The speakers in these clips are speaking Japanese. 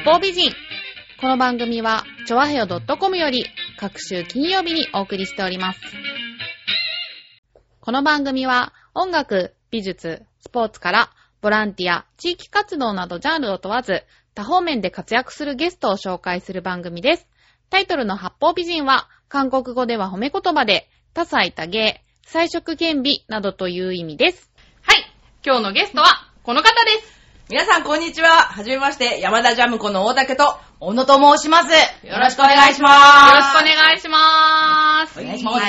方美人。この番組はちょわへよ .com より各週金曜日にお送りしております。この番組は音楽、美術、スポーツからボランティア、地域活動などジャンルを問わず多方面で活躍するゲストを紹介する番組です。タイトルの八方美人は韓国語では褒め言葉で多彩多芸、彩色兼備などという意味です。はい、今日のゲストはこの方です。 皆さんこんにちは。はじめまして、山田ジャムコの大竹と小野と申します。 よろしくお願いします。よろしくお願いします。 お願いします。 はい。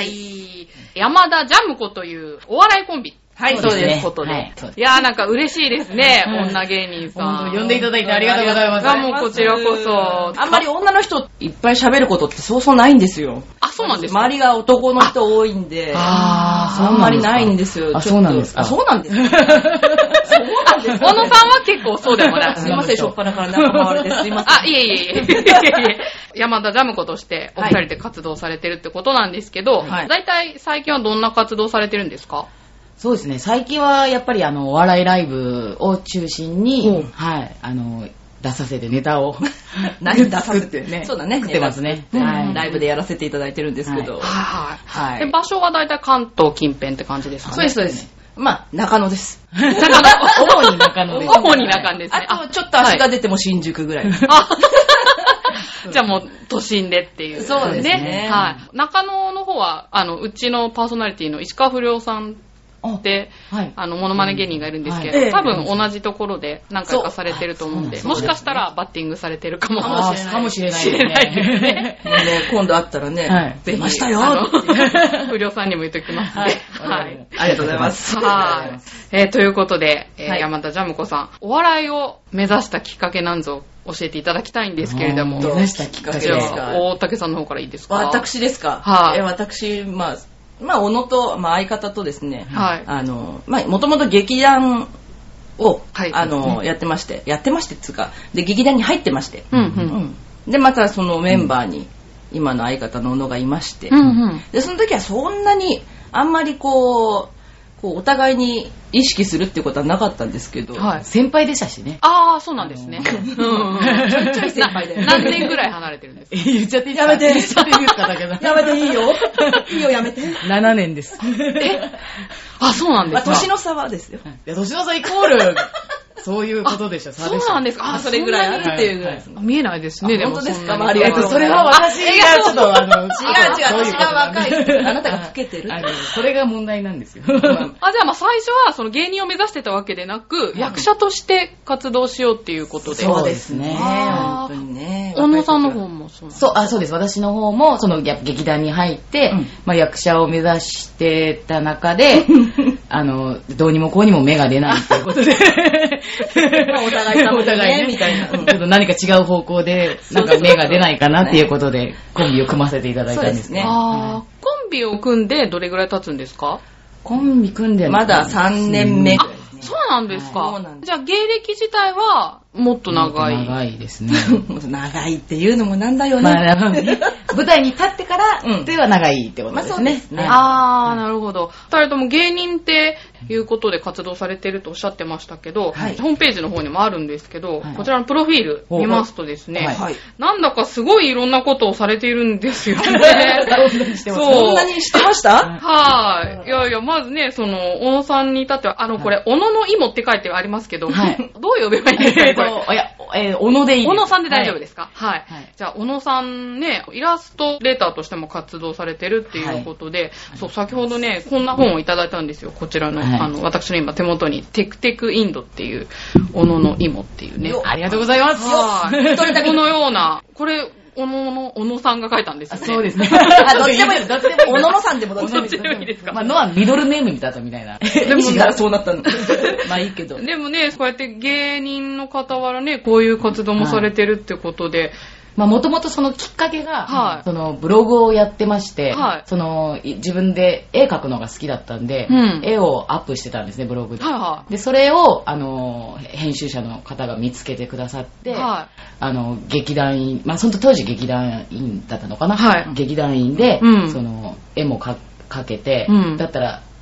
山田ジャムコというお笑いコンビ。 はい、そうです。 ことで。はい、いやーなんか嬉しいですね、女芸人さん。 呼んでいただいてありがとうございます。 もうこちらこそ。 あんまり女の人いっぱい喋ることってそうそうないんですよ。 あ、そうなんですか。 周りが男の人多いんで。あんまりないんですよ。 あ、そうなんですか。 あ、そうなんですか。そうなんです。小野さんは結構そうでもない。 すいません、しょっぱなから仲間割れです。すいません。 あ、いえ。山田ジャムコとしてお二人で活動されてるってことなんですけど、だいたい最近はどんな活動されてるんですか？ そうですね、最近はやっぱりお笑いライブを中心に、はい、出させてネタを何出させてね。そうだね。 作ってますね。 はい。ライブでやらせていただいてるんですけど。 はい。で、場所はだいたい関東近辺って感じですかね。 そうです、そうです。まあ、中野です。 主に中野です。主に中野ですね。 あと、ちょっと足が出ても新宿ぐらい。 じゃあもう都心でっていう。 そうですね。 はい。中野の方は、うちのパーソナリティの石川不良さんで、モノマネ芸人がいるんですけど、多分同じところで何回かされてると思うんで、もしかしたらバッティングされてるかもしれないですね。 今度会ったらね、出ましたよ不良さんにも言っときますね。 はい。ありがとうございます。 はい。ということで、山田ジャムコさん、お笑いを目指したきっかけなんぞ教えていただきたいんですけれども。 目指したきっかけですか。 大竹さんの方からいいですか？ 私ですか。 はい。 私、小野と、相方とですね、もともと劇団を、やってましてっつうか、で、劇団に入ってまして、で、またそのメンバーに、今の相方の小野がいまして、で、その時はそんなに、あんまりお互いに意識するっていうことはなかったんですけど、 先輩でしたしね。 ああ、そうなんですね。ちょいちょい先輩で。 何年ぐらい離れてるんですか？ 言っちゃっていいですか？ やめて。 言っちゃっていいですか？だけど。 やめていいよ。いいよ、やめて。 7年です。 あ、そうなんですか。 年の差はですよ。 いや、年の差イコール、そういうことでしょ。 そうなんですか。 それぐらいあるっていうぐらいです。 見えないですね、でも。 本当ですか？ ありがとう。それは私がちょっと違う、私が若い。あなたが老けてる。 それが問題なんですよ。 じゃあ最初はその芸人を目指してたわけでなく、役者として活動しようっていうことで。 そうですね。 本当にね。 小野さんの方もそうなんですか？ そうです。私の方もその劇団に入って、役者を目指してた中で、どうにもこうにも芽が出ないっていうことで。 お互い様でね、みたいな。 ちょっと何か違う方向で、なんか芽が出ないかなっていうことで、コンビを組ませていただいたんですね。 コンビを組んでどれぐらい経つんですか？ コンビ組んでまだ3年目。 そうなんですか。じゃあ芸歴自体はもっと長い。 長いですね。 長いっていうのもなんだよね。 舞台に立ってからでは長いってことですね。 なるほど。2人とも芸人っていうことで活動されてるとおっしゃってましたけど、ホームページの方にもあるんですけど、こちらのプロフィール見ますとですね、なんだかすごいいろんなことをされているんですよね。 そんなにしてました？ はい。いや、まずね、小野さんに至っては、これ、小野の芋って書いてありますけど、どう呼べばいいんですかね、これ。 小野でいいです。 小野さんで大丈夫ですか？はい。じゃあ、小野さんね、イラストレーターとしても活動されてるっていうことで、先ほどね、こんな本をいただいたんですよ。こちらの、私の今手元に、テクテクインドっていう、小野の芋っていうね。 ありがとうございます。 このような、これ、小野さんが書いたんですよね。 そうですね。 どっちでもいいです。小野さんでもどっちでもいいですか？ のはミドルネームにだったみたいな。 でもならそうなったの。まあいいけど。 でもね、こうやって芸人の傍らね、こういう活動もされてるってことで、 もともとそのきっかけが、そのブログをやってまして、自分で絵描くのが好きだったんで、絵をアップしてたんですね、ブログで。で、それを、編集者の方が見つけてくださって、劇団員、その当時劇団員だったのかな、劇団員で、その絵も描けて、だったら、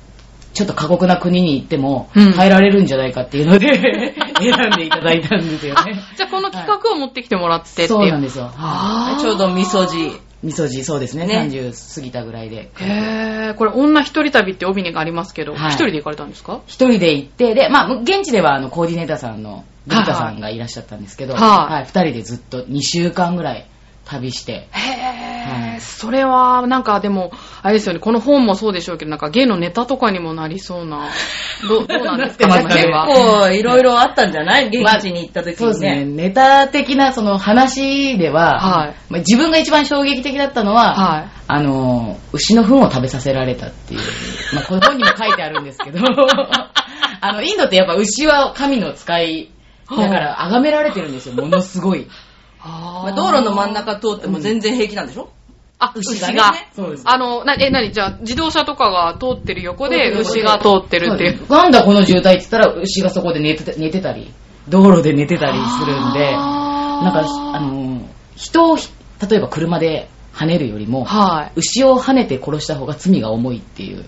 ちょっと過酷な国に行っても耐えられるんじゃないかっていうので、選んでいただいたんですよね。 じゃあこの企画を持ってきてもらってっていう。 そうなんですよ。 ちょうど味噌汁、そうですね。30過ぎたぐらいで。 これ女一人旅って帯にがありますけど、一人で行かれたんですか？ 一人で行って、で、現地ではコーディネーターさんのブリタさんがいらっしゃったんですけど、二人でずっと2週間ぐらい旅して。 それはなんかでもあれですよね、この本もそうでしょうけど、なんか芸のネタとかにもなりそうな。どうなんですか？ 結構いろいろあったんじゃない？現地に行った時にね。 そうですね。ネタ的なその話では、自分が一番衝撃的だったのは、牛の糞を食べさせられたっていう、この本にも書いてあるんですけど、インドってやっぱ牛は神の使いだから崇められてるんですよ、ものすごい。 道路の真ん中通っても全然平気なんでしょ？ 牛が。そうです。じゃあ自動車とかが通ってる横で牛が通ってるっていう。 なんだこの渋滞って言ったら牛がそこで寝てたり、道路で寝てたりするんで、なんか人を例えば車で跳ねるよりも、牛を跳ねて殺した方が罪が重いっていう。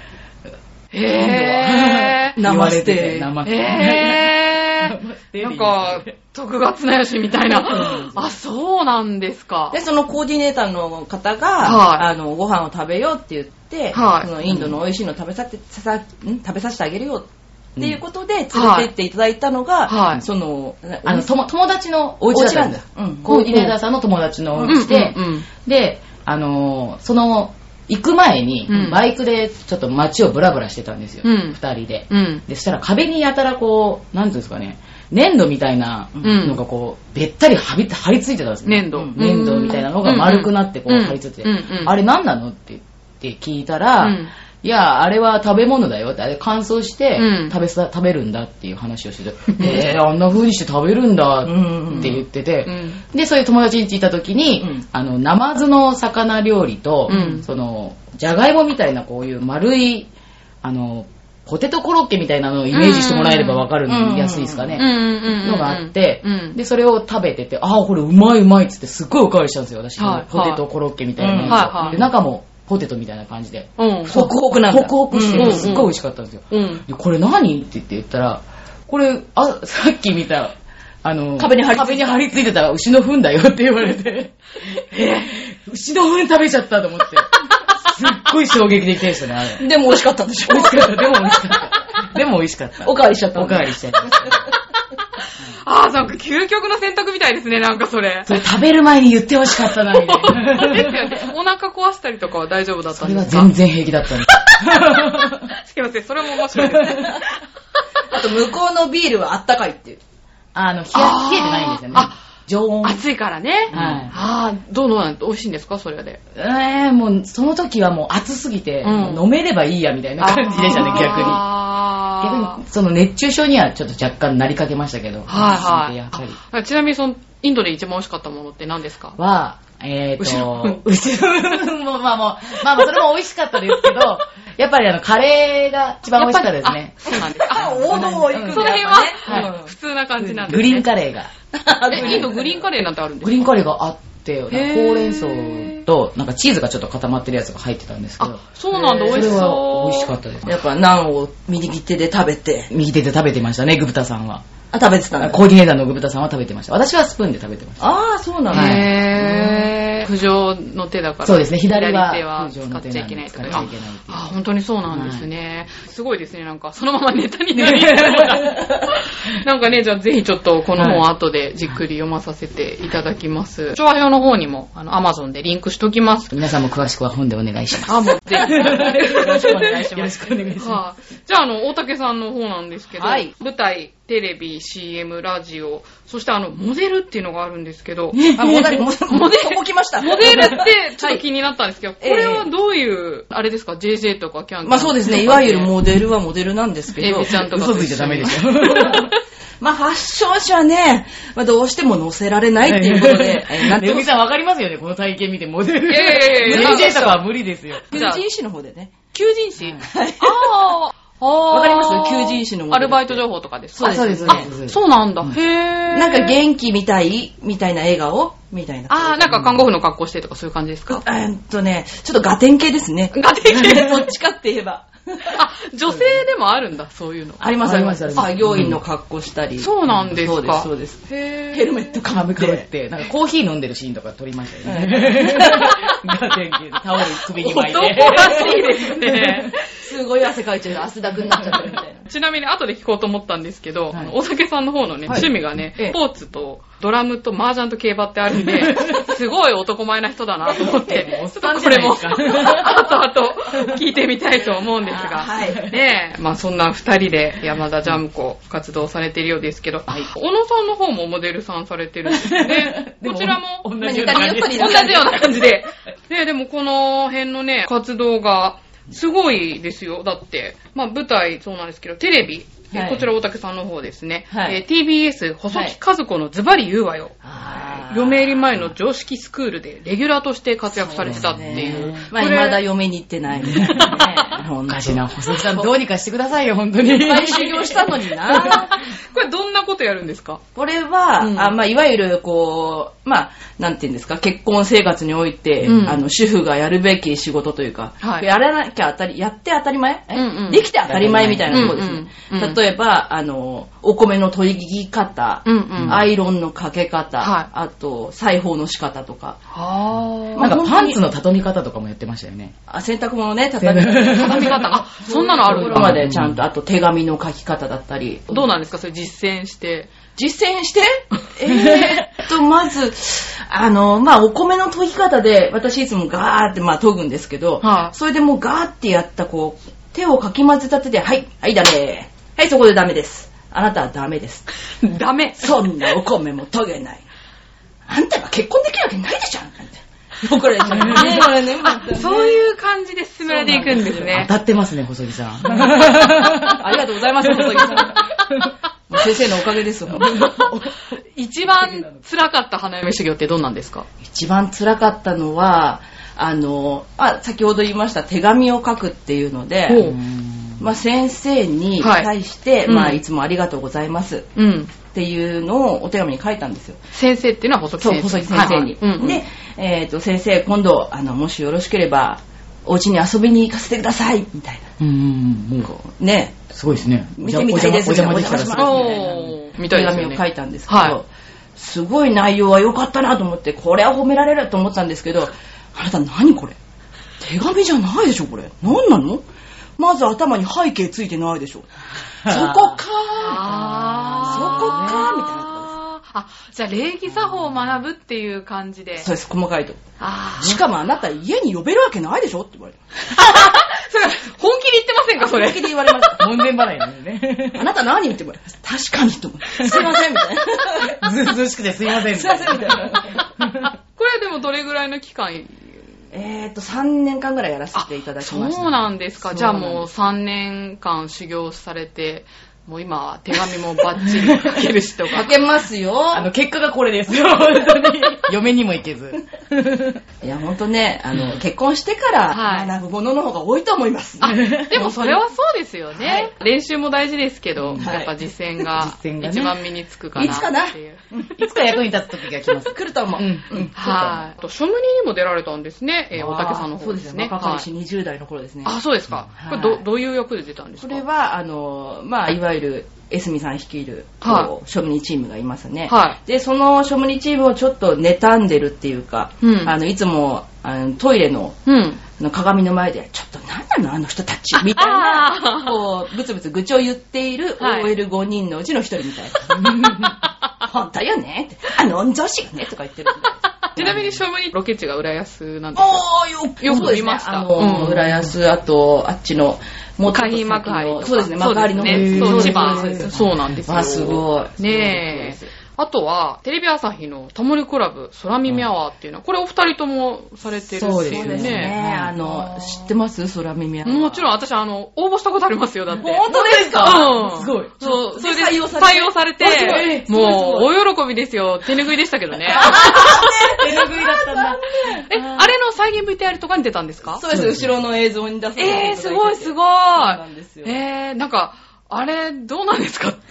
生捨て。 なんか徳勝なよしみたいな。そうなんですか。 でそのコーディネーターの方が、ご飯を食べようって言って、そのインドの美味しいの食べさせてあげるよっていうことで連れてっていただいたのが、その友達のお家だったんです。コーディネーターさんの友達のお家で、その行く前にバイクでちょっと街をブラブラしてたんですよ、2人で。でそしたら壁にやたらこう、なんていうんですかね、粘土みたいなのがこうべったり張り付いてたんですよ。 粘土みたいなのが丸くなってこう張り付いて、あれ何なのって聞いたら、いやあれは食べ物だよって、あれ乾燥して食べるんだっていう話をしてて、あんな風にして食べるんだって言ってて、でそういう友達に聞いた時に、ナマズの魚料理と、そのじゃがいもみたいなこういう丸いポテトコロッケみたいなのをイメージしてもらえれば分かるの安いですかね、のがあって、でそれを食べてて、これうまいっつってすっごいおかわりしたんですよ私、ポテトコロッケみたいなやつで、中もポテトみたいな感じで、 ホクホクなんだ。 ホクホクしてすっごい美味しかったんですよ。でこれ何って言ったら、これさっき見た壁に張り付いてた牛の糞だよって言われて、牛の糞食べちゃったと思って、すっごい衝撃的でしたね、あれ。 でも美味しかったんでしょ？ 美味しかった。でも美味しかった。 おかわりしちゃった。 おかわりしちゃいました。 なんか究極の選択みたいですね、なんかそれ。 それ食べる前に言ってほしかったな、みたいな。 ですよね。お腹壊したりとかは大丈夫だったんですか？ それは全然平気だったんです。 すいません、それも面白いですね。 あと向こうのビールはあったかいっていう。 冷えてないんですよね。常温。 暑いからね。どうなん美味しいんですか、それで。 もうその時はもう暑すぎて、飲めればいいやみたいな感じでしたね、逆に。逆にその熱中症にはちょっと若干なりかけましたけど。やっぱり。 ちなみにインドで一番美味しかったものって何ですか？ 牛の糞もそれも美味しかったですけど、やっぱりカレーが一番美味しかったですね。 そうなんですか。 王道を行くんだね。 その辺は普通な感じなんですね。 グリーンカレーが。 インドグリーンカレーなんてあるんですか？ グリーンカレーがあって、ほうれん草となんかチーズがちょっと固まってるやつが入ってたんですけど。 そうなんだ、美味しそう。 それは美味しかったです。 やっぱナンを右手で食べて。 右手で食べてましたね、グブタさんは。 食べてたんだ。 コーディネーターのグブタさんは食べてました。私はスプーンで食べてました。 そうなんだ。 浮上の手だから。 そうですね、左手は使っちゃいけないとか。本当にそうなんですね。すごいですね、なんかそのままネタになりなんかね、じゃあぜひちょっとこの本後でじっくり読まさせていただきます。調和表の方にもAmazon でリンクしときます。 皆さんも詳しくは本でお願いします。 もうぜひよろしくお願いします。 よろしくお願いします。 じゃあ大竹さんの方なんですけど、舞台、テレビ、CM、ラジオ、そしてモデルっていうのがあるんですけど、 モデル、そこ来ました。 モデルってちょっと気になったんですけど、これはどういう、あれですか、JJ とかキャンキャン。 そうですね、いわゆるモデルはモデルなんですけど、 エビちゃんとか嘘ついちゃダメですよ。 ファッション誌はね、どうしても載せられないっていうことで。 エビさんわかりますよね、この体型見てモデル。JJ とかは無理ですよ。 求人誌の方でね。 求人誌？ わかります？求人誌のアルバイト情報とかですか？ そうです。 そうなんだ。へー。なんか元気みたいな笑顔みたいな。 なんか看護婦の格好してとかそういう感じですか？ ちょっとガテン系ですね。 ガテン系どっちかって言えば。 女性でもあるんだ、そういうの。 ありますあります。作業員の格好したり。 そうなんですか。 そうです。ヘルメットかぶって、 なんかコーヒー飲んでるシーンとか撮りましたよね。タオル首に巻いて。 男らしいですね。 すごい汗かいちゃう、汗だくになっちゃってるみたいな。 ちなみに後で聞こうと思ったんですけど、大竹さんの方のね、趣味がね、スポーツとドラムと麻雀と競馬ってあるんで、すごい男前な人だなと思って、ちょっとこれも後々聞いてみたいと思うんですが、ねえ、まあそんな二人で山田ジャムコ活動されているようですけど、小野さんの方もモデルさんされてるんですね。こちらも同じような感じで。でもこの辺のね、活動がすごいですよ。だって、まあ舞台そうなんですけど、テレビ、こちら大竹さんの方ですね。TBS 細木和子のズバリ言うわよ。嫁入り前の常識スクールでレギュラーとして活躍されてたっていう。 まあ未だ嫁に行ってない。 おかしな、細木さんどうにかしてくださいよ、本当に。 いっぱい修行したのにな。 これどんなことやるんですか？ これは、まあいわゆるこう、まあ、なんていうんですか、結婚生活において、主婦がやるべき仕事というか、やらなきゃやって当たり前、できて当たり前みたいなところですね。例えば、お米の研ぎ方、アイロンのかけ方、あと、裁縫の仕方とか。 なんかパンツの畳み方とかもやってましたよね。 洗濯物ね、畳み方。そんなのあるところまでちゃんと、あと手紙の書き方だったり。 どうなんですか、それ実践して。 まず、まあ、お米の研ぎ方で、私いつもガーって、まあ、研ぐんですけど、それでもうガーってやった、こう、手をかき混ぜた手で、はい、ダメ。はい、そこでダメです。あなたはダメです。 ダメ。 そんなお米も研げない。あんたが結婚できるわけないでしょなんて。怒られちゃうね。 そういう感じで進められていくんですね。 当たってますね、細木さん。 ありがとうございます、細木さん。先生のおかげです。 一番辛かった花嫁修行ってどんなんですか？ 一番辛かったのは、先ほど言いました手紙を書くっていうので、まあ、先生に対して、まあ、いつもありがとうございます。っていうのをお手紙に書いたんですよ。 先生っていうのは細木先生。 そう、細木先生に。で、先生、今度、もしよろしければ、お家に遊びに行かせてください、みたいな。ね。 すごいですね。 見てみたいです。お邪魔できたらすごい。手紙を書いたんですけど、すごい内容は良かったなと思って、これは褒められると思ったんですけど、あなた何これ？手紙じゃないでしょ、これ。何なの？まず頭に背景ついてないでしょ。そこかみたいなとこです。 じゃあ礼儀作法を学ぶっていう感じで。 そうです、細かいと。しかもあなた家に呼べるわけないでしょって言われる。 それ本気で言ってませんか、それ。 本気で言われました。 門前払いなんでね。 あなた何って言われます。確かにと思って。すいませんみたいな。ずうずうしくてすいませんみたいな。これでもどれぐらいの期間 3年間ぐらいやらせていただきました。 そうなんですか。じゃあもう3年間修行されて、もう今手紙もバッチリ書ける人が。 書けますよ。 結果がこれですよ。本当に。嫁にも行けず。 いや、本当ね、結婚してから学ぶものの方が多いと思います。 でもそれはそうですよね。練習も大事ですけど、やっぱ実践が一番身につくかなっていう。 いつか役に立つ時が来ます。 来ると思う。 はい。書務人にも出られたんですね。大竹さんの方ですね。 若かりし20代の頃ですね。 あ、そうですか。これどういう役で出たんですか？ これは、まあ、いわゆる、エスミさん率いる、庶務人チームがいますね。で、その庶務人チームをちょっと妬んでるっていうか、いつも、トイレの、鏡の前で、ちょっと何なのあの人たちみたいな、こう、ブツブツ愚痴を言っている OL5 人のうちの一人みたいな。本当よね御曹司がねとか言ってる。 ちなみに庶務人ロケ地が浦安なんですか？よく見ました。 浦安、あと、あっちの、 海浜幕張。 そうですね、幕張の方。そう、千葉。そうなんですよ。 すごい。 ねえ。あとは、テレビ朝日のタモリクラブ、空耳アワーっていうのは、これお二人ともされてるっていうね。 そうですね。知ってます空耳アワー。 もちろん、私、応募したことありますよ、だって。 本当ですか？ すごい。そう、それで採用されて、もう、大喜びですよ。手拭いでしたけどね。 手拭いだったんだ。 あれの再現 VTR とかに出たんですか？ そうです、後ろの映像に出させていただいて。 すごいすごい。なんか、あれ、どうなんですか？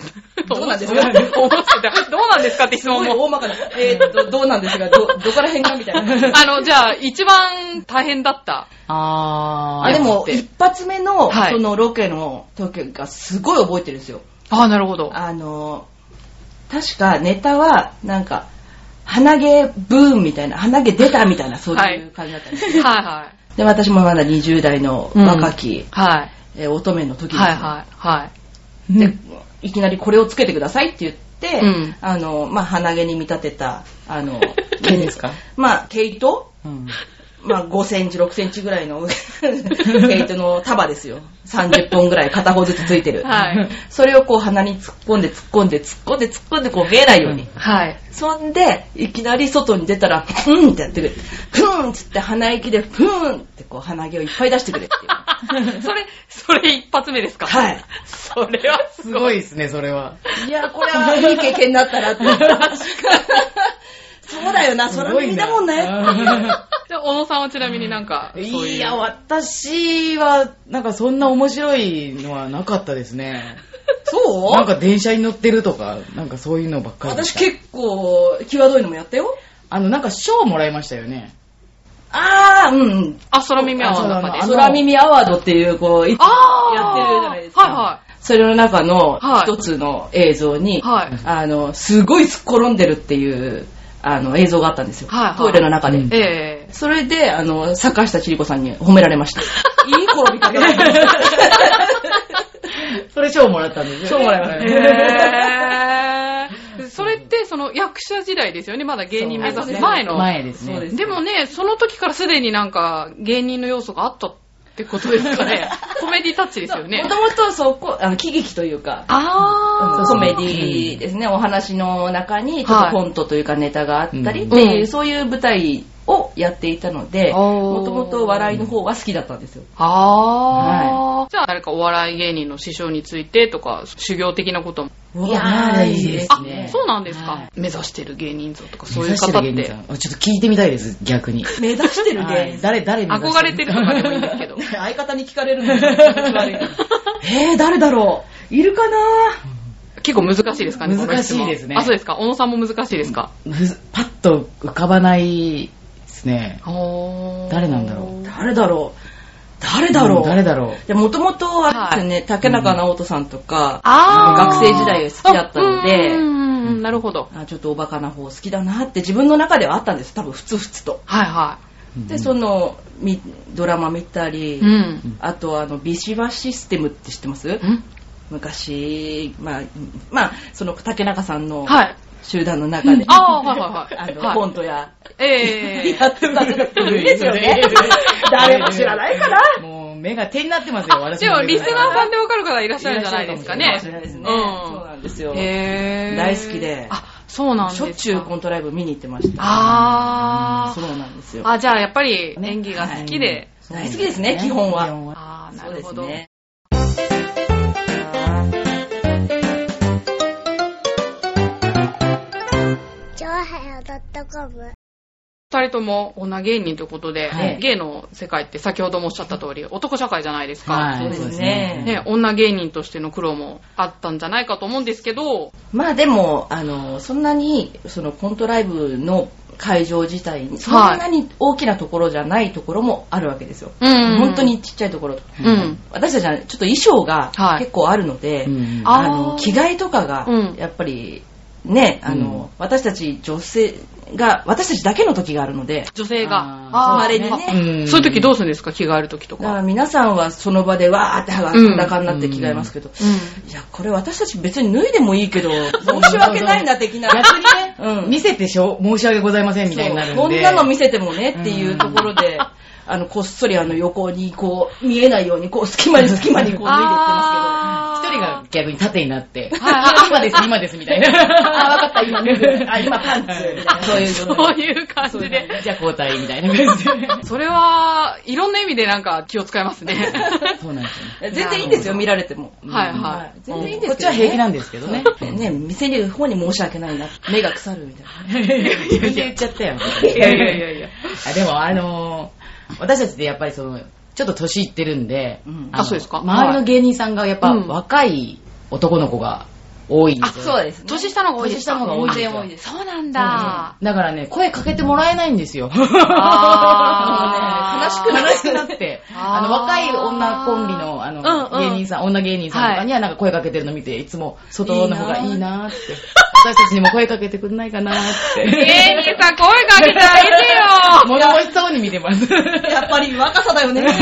どうなんですかどうなんですかって質問も。 大まかな。どうなんですが、どこら辺がみたいな。 じゃあ、一番大変だった。 でも、一発目の、そのロケの時がすごい覚えてるんですよ。 なるほど。 確かネタは、なんか、鼻毛ブーンみたいな、鼻毛出たみたいな、そういう感じだったんですよ。はいはい。で、私もまだ20代の若き、乙女の時です。はいはいはい。で、いきなりこれをつけてくださいって言って、鼻毛に見立てた、 毛ですか？ 毛糸、5センチ、6センチぐらいの毛糸の束ですよ。30本ぐらい片方ずつついてる。はい。それをこう鼻に突っ込んで、こう見えないように。はい。そんで、いきなり外に出たら、ふーんってやってくれ。ふーんっつって鼻息で、ふーんってこう鼻毛をいっぱい出してくれっていう。 それ一発目ですか？ はい。 それはすごいですね、それは。 いや、これはいい経験になったなって。そうだよな、空耳だもんね。 じゃあ、小野さんはちなみになんかいや、私は、なんかそんな面白いのはなかったですね。 そう？ なんか電車に乗ってるとか、なんかそういうのばっかりでした。 私結構、際どいのもやったよ。 なんか賞もらいましたよね。 うん。 空耳アワードとかで。 空耳アワードっていう、こう、やってるじゃないですか。はいはい。それの中の一つの映像に、すごいすっ転んでるっていう、映像があったんですよ。トイレの中で。それで、坂下千里子さんに褒められました。いい転び方だ。 それ賞もらったんですよ。 賞もらいました。 それって、その役者時代ですよね。まだ芸人目指す前の。 前ですね。 でもね、その時からすでになんか芸人の要素があったってことですかね。コメディタッチですよね。 もともと喜劇というか、コメディですね。お話の中にちょっとコントというかネタがあったりっていう、そういう舞台をやっていたので、もともと笑いの方は好きだったんですよ。じゃあ誰かお笑い芸人の師匠についてとか、修行的なことも。 いやー、いいですね。 そうなんですか。目指してる芸人像とかそういう方って。ちょっと聞いてみたいです、逆に。 目指してる芸人。 誰目指してる？ 憧れてるとかでもいいんですけど。 相方に聞かれるの誰だろう？いるかな？ 結構難しいですかね？ 難しいですね。 そうですか。小野さんも難しいですか？ パッと浮かばないですね。誰なんだろう？ 誰だろう？もともとあれですね、竹中直人さんとか、学生時代が好きだったので、 なるほど。 ちょっとおバカな方好きだなって自分の中ではあったんです。多分ふつふつと。 はいはい。 で、ドラマ見たり、あとビシバシステムって知ってます？昔、その竹中さんの集団の中で、コントや、やってたんですよね。誰も知らないかな？ もう目が手になってますよ、私。 でもリスナーさんでわかる方いらっしゃるんじゃないですかね。 そうなんですよ。大好きで。 そうなんですか。 しょっちゅうコントライブ見に行ってました。そうなんですよ。 じゃあやっぱり演技が好きで。 大好きですね、基本は。 なるほど。2人とも女芸人ということで、芸の世界って先ほどもおっしゃった通り男社会じゃないですか。 そうですね。 女芸人としての苦労もあったんじゃないかと思うんですけど、 でもそんなにそのコントライブの会場自体にそんなに大きなところじゃないところもあるわけですよ。本当にちっちゃいところとか、私たちはちょっと衣装が結構あるので、着替えとかがやっぱりね、私たち女性が、私たちだけの時があるので、 女性があれにね、 そういう時どうするんですか？着替える時とか。 皆さんはその場でわーって裸になって着替えますけど、いやこれ私たち別に脱いでもいいけど申し訳ないな的な、 逆にね、見せて申し訳ございませんみたいになるんで、 こんなの見せてもねっていうところでこっそり横にこう見えないようにこう隙間にこう脱いでってますけど、 一人が逆に縦になって、今ですみたいな。 分かった、今パンツみたいな。 そういう感じで。 じゃあ交代みたいな感じで。 それはいろんな意味でなんか気を使いますね。 そうなんですね。全然いいんですよ、見られても。全然いいんですよ。 こっちは平気なんですけどね。 店に方に申し訳ないな。目が腐るみたいな。 自分で言っちゃったよ。 いや。 でも私たちでやっぱりちょっと年いってるんで、 そうですか。 周りの芸人さんがやっぱ若い男の子が多いんですよ。 そうですね。 年下の方が多いです。 年下の方が多いですよ。 そうなんだ。 だからね、声かけてもらえないんですよ。悲しくなって。若い女コンビの、芸人さん、女芸人さんとかにはなんか声かけてるの見て、いつも外の方がいいなーって。私たちにも声かけてくんないかなーって。 芸人さん声かけてあげてよ物欲しそうに見てます。 やっぱり若さだよね。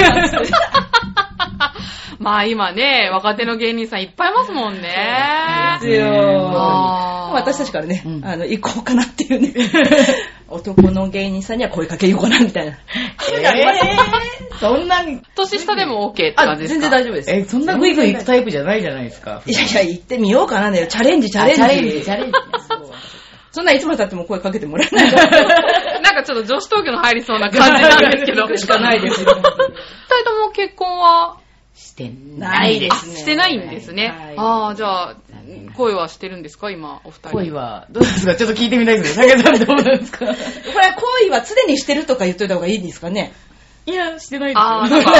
まあ今ね、若手の芸人さんいっぱいいますもんね。 ですよ。私たちからね、行こうかなっていうね。男の芸人さんには声かけようかなみたいな。 そんなに。 年下でも OK って感じですか？ 全然大丈夫です。 そんなグイグイ行くタイプじゃないじゃないですか。 いやいや、行ってみようかなね。チャレンジ。 チャレンジ。 そんないつまで経っても声かけてもらえない。 なんかちょっと女子東京の入りそうな感じなんですけど。 しかないですよ。 二人とも結婚はしてないですね。 してないんですね。じゃあ、恋はしてるんですか今、お二人。 恋は、どうですかちょっと聞いてみたいですね。竹さんどうなんですか？これ恋は常にしてるとか言っといた方がいいんですかね？ いや、してないですよ。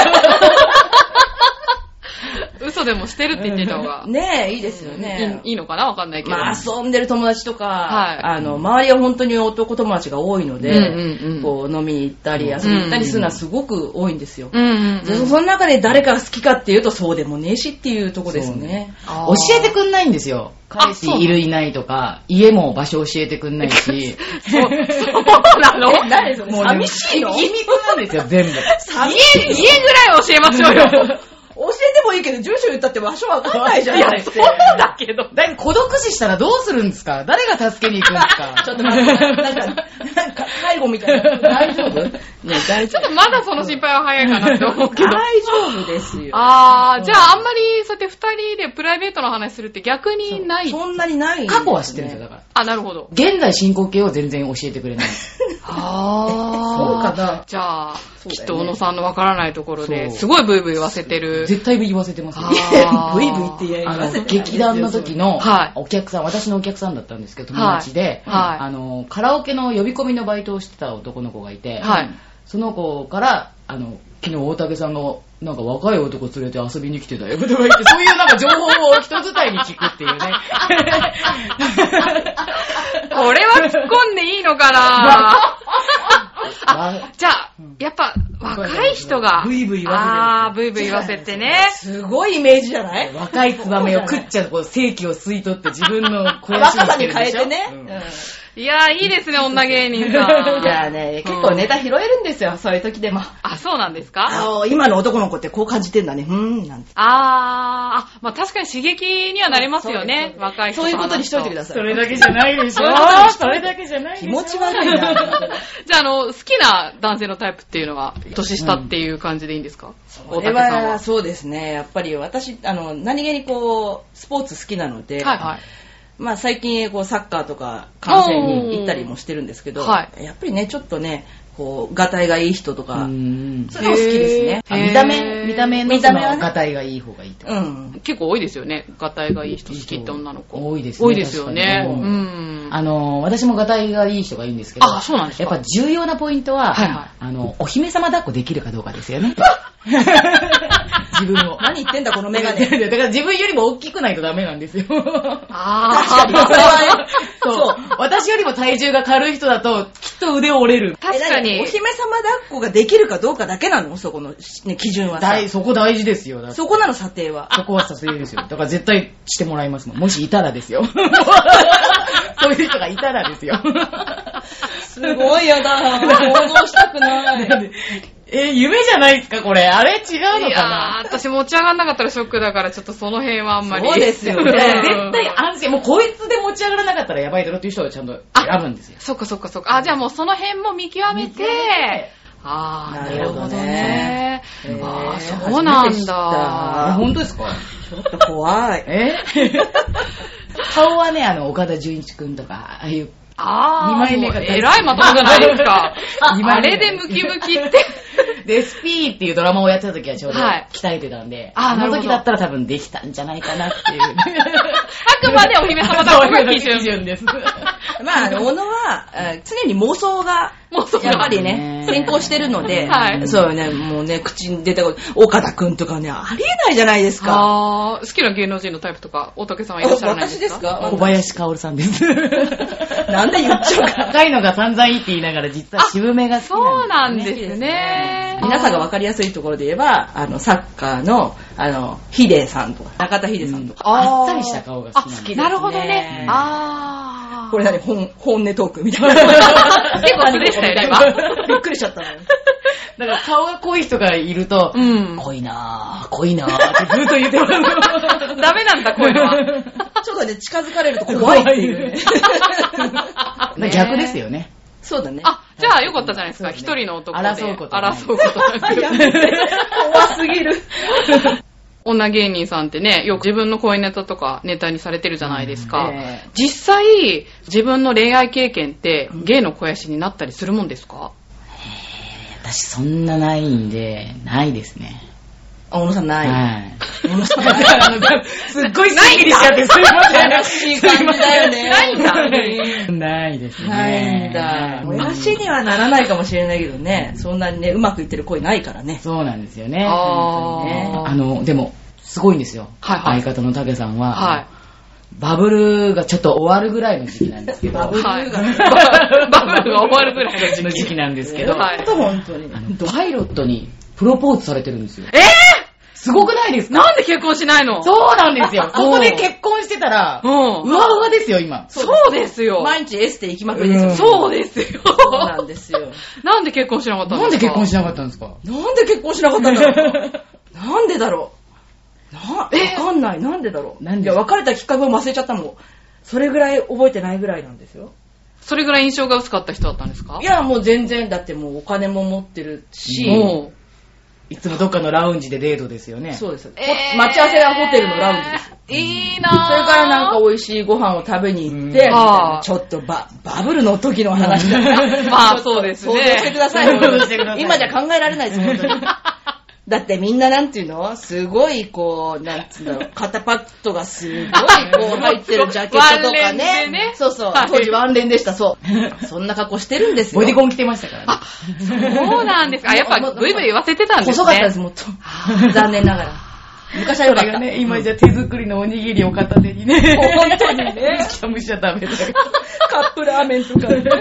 嘘でもしてるって言ってた方が。 ねえ、いいですよね。 いいのかなわかんないけど。 まあ、遊んでる友達とか、周りは本当に男友達が多いので、こう飲みに行ったり遊びに行ったりするのはすごく多いんですよ。その中で誰かが好きかっていうとそうでもねえしっていうとこですね。 教えてくんないんですよ。彼氏いるいないとか、家も場所教えてくんないし。 そうなの？ 誰それ？寂しいの？ 秘密なんですよ、全部。 家ぐらい教えましょうよ。 教えてもいいけど、住所言ったって場所わかんないじゃないですか。 そうだけど。 だいぶ孤独死したらどうするんですか？誰が助けに行くんですか？ ちょっと待って、なんか、介護みたいな。大丈夫？ね、大丈夫。 ちょっとまだその心配は早いかなって思うけど。 大丈夫ですよ。 じゃああんまりそうやって二人でプライベートの話するって逆にない。 そんなにない。 過去は知ってるんですよ、だから。 なるほど。 現在進行形を全然教えてくれない。 そうかな。 じゃあ、きっと小野さんのわからないところで、すごいブイブイ言わせてる。 絶対言わせてますね。 ブイブイって言わせて劇団の時のお客さん、私のお客さんだったんですけど、友達で、カラオケの呼び込みのバイトをしてた男の子がいて、その子から、昨日大竹さんが、なんか若い男連れて遊びに来てたよとか言って、そういうなんか情報を人伝いに聞くっていうね。 これは突っ込んでいいのかなじゃあ、やっぱ、若い人が、 ブイブイ言わせて。 ブイブイ言わせてね。 すごいイメージじゃない？ 若いツバメを食っちゃう、こう、正気を吸い取って自分の肥やし若さに変えてね。 いやー、いいですね、女芸人さん。 いやね、結構ネタ拾えるんですよ、そういう時でも。 そうなんですか？ 今の男の子ってこう感じてんだね、なんて。 まあ確かに刺激にはなりますよね、若い人。 そういうことにしといてください。 それだけじゃないでしょ。それだけじゃないでしょ。 気持ち悪いな。 じゃあ、好きな男性のタイプっていうのは、年下っていう感じでいいんですか？ これはそうですね、やっぱり私、何気にこう、スポーツ好きなので、まあ最近こうサッカーとか観戦に行ったりもしてるんですけど、やっぱりねちょっとねこうガタイがいい人とか、そういうの好きですね。 見た目のガタイがいい方がいいって。 結構多いですよね。ガタイがいい人好きって女の子。 多いですね。 多いですよね。 私もガタイがいい人がいいんですけど、 そうなんですか。 やっぱ重要なポイントは、お姫様抱っこできるかどうかですよね。自分を。 何言ってんだこのメガネ。 だから自分よりも大きくないとダメなんですよ。 確かに。それはそう。私よりも体重が軽い人だと、きっと腕折れる。 確かに。 お姫様抱っこができるかどうかだけなの？そこの、ね、基準はさ。 そこ大事ですよ。 そこなの査定は。 そこは査定ですよ。だから絶対してもらいますもん。もしいたらですよ。そういう人がいたらですよ。 すごいやだ。想像したくない。 夢じゃないですかこれ。あれ違うのかな？ 私持ち上がんなかったらショックだからちょっとその辺はあんまり。 そうですよね。 絶対安心。もうこいつで持ち上がらなかったらやばいだろっていう人をちゃんと選ぶんですよ。 そっか。じゃあもうその辺も見極めて。なるほどね。そうなんだ。 本当ですか？ ちょっと怖い。 顔はね、岡田准一くんとか、ああいう、 2枚目がえらいまともじゃないですか。あれでムキムキって。 で、SP っていうドラマをやってた時はちょうど鍛えてたんで、あの時だったら多分できたんじゃないかなっていう。 あくまでお姫様だったが基準です。 まあ、小野は常に妄想がやっぱりね、先行してるので、そうよね、もうね、口に出たこと、岡田くんとかね、ありえないじゃないですか。 好きな芸能人のタイプとか、大竹さんはいらっしゃらないですか？ 私ですか？ 小林薫さんです。 なんで言っちゃうか。 高いのが散々いいって言いながら、実は渋めが好きそうなんですね。 皆さんが分かりやすいところで言えば、サッカーの、ヒデさんとか、中田ヒデさんとか。 あっさりした顔が好きなんです。 なるほどね。 これ何本音トークみたいな。 結構素でしたよね、今。 びっくりしちゃったのよ。 だから顔が濃い人がいると、濃いなぁってずっと言ってます。 ダメなんだ、こういうのは。 ちょっとね、近づかれると怖いっていうね。 逆ですよね。 そうだね。 じゃあよかったじゃないですか。一人の男で争うことなく。 怖すぎる。 女芸人さんってね、よく自分の恋ネタとかネタにされてるじゃないですか。実際、自分の恋愛経験って芸の肥やしになったりするもんですか？ 私そんなないんで、ないですね。 小野さんない。 はい。 小野さんない。 すっごいすっきりしちゃってすいません。 悲しい感じだよね。 ないんだ。 ないですね。 ないんだ。もやしにはならないかもしれないけどね、そんなにね、うまくいってる恋ないからね。 そうなんですよね。でも、すごいんですよ。相方のたけさんは。バブルがちょっと終わるぐらいの時期なんですけど。 バブルが終わるぐらいの時期なんですけど。 本当に。 パイロットにプロポーズされてるんですよ。すごくないですか？ なんで結婚しないの？ そうなんですよ。ここで結婚してたら、うわうわですよ、今。 そうですよ。 毎日エステ行きまくりですよ。 そうですよ。 そうなんですよ。 なんで結婚しなかったんですか？ なんで結婚しなかったんですか？ なんで結婚しなかったんだろう。なんでだろう。わかんない。なんでだろう。いや、別れたきっかけを忘れちゃったもん。それぐらい覚えてないぐらいなんですよ。 それぐらい印象が薄かった人だったんですか？ いや、もう全然、だってもうお金も持ってるし、 いつもどっかのラウンジでデートですよね。 そうです。待ち合わせはホテルのラウンジです。 いいなぁ。 それからなんか美味しいご飯を食べに行って、ちょっとバブルの時の話だね。 まあそうですね。 想像してください。今じゃ考えられないです、本当に。だってみんななんていうのすごいこう、なんつうんだろう、肩パッドがすごいこう入ってるジャケットとかね。そうそう。当時ワンレンでした、そう。そんな格好してるんですよ。 ボディコン着てましたからね。 そうなんですか。やっぱブイブイ言わせてたんですね。 細かったです、もっと。残念ながら。昔はよかった。 ね、今じゃ手作りのおにぎりを片手にね。 本当にね。 むしゃむしゃ食べて。 カップラーメンとかね。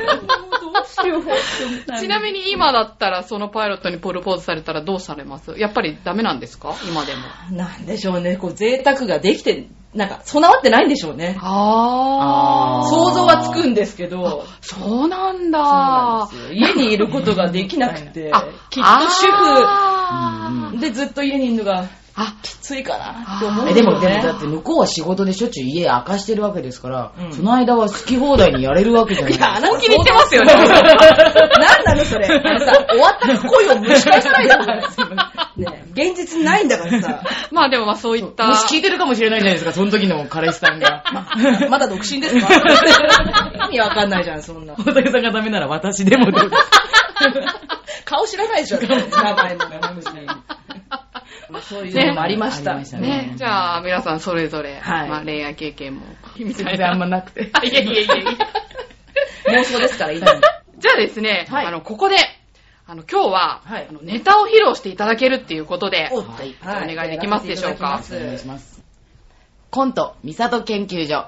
ちなみに今だったらそのパイロットにプロポーズされたらどうされます？やっぱりダメなんですか？今でも。 なんでしょうね。こう贅沢ができて、なんか備わってないんでしょうね。想像はつくんですけど。 そうなんだ。 そうなんですよ。家にいることができなくて、きっと主婦でずっと家にいるのがきついかなって思う。 でもだって向こうは仕事でしょっちゅう家明かしてるわけですから、その間は好き放題にやれるわけじゃないですか。 いや、本気に言ってますよね。なんなのそれ。終わった恋を蒸し返さないでください。ね、現実ないんだからさ。 まあでもそういった。 もし聞いてるかもしれないじゃないですか、その時の彼氏さんが。 まだ独身ですか？意味わかんないじゃん、そんな。 大竹さんがダメなら私でもどうですか？ 顔知らないでしょ、名前の話。そういうのもありました。 ね、じゃあ皆さんそれぞれ、まあ、恋愛経験も全然あんまなくて。 いや。 妄想ですからいい。じゃあですね、ここで今日は、ネタを披露していただけるっていうことで、お願いできますでしょうか。 お願いします。コントミサト研究所。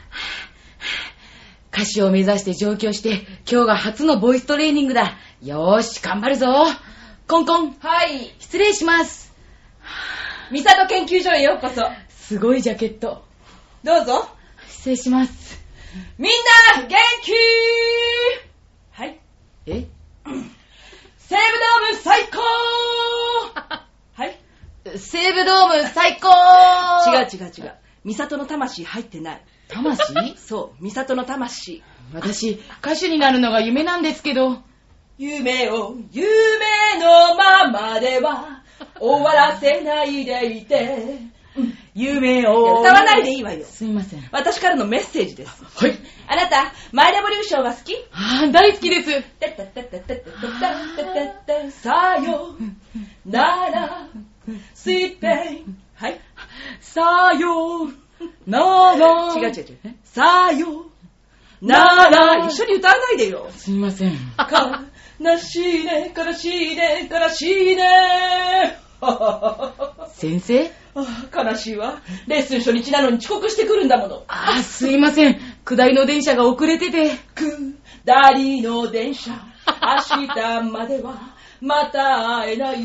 歌手を目指して上京して、今日が初のボイストレーニングだ。よーし、頑張るぞ。コンコン。 はい。 失礼します。 ミサト研究所へようこそ。 すごいジャケット。 どうぞ。 失礼します。 みんな、元気？はい。 西武ドーム最高はい。 西武ドーム最高違う。ミサトの魂入ってない。 魂？ そう、ミサトの魂。 私、歌手になるのが夢なんですけど。 夢のままでは終わらせないでいて、 夢を歌わないでいいわよ。 すいません。 私からのメッセージです。 はい。 あなた、マイレボリューションが好き？ 大好きです。 さよなら、スイーペイ。はい。 さよなら。 違う。さよなら、一緒に歌わないでよ。 すみません。 悲しいね、悲しいね、悲しいね。 先生？ 悲しいわ。レッスン初日なのに遅刻してくるんだもの。 すいません。下りの電車が遅れてて。 下りの電車、明日まではまた会えない。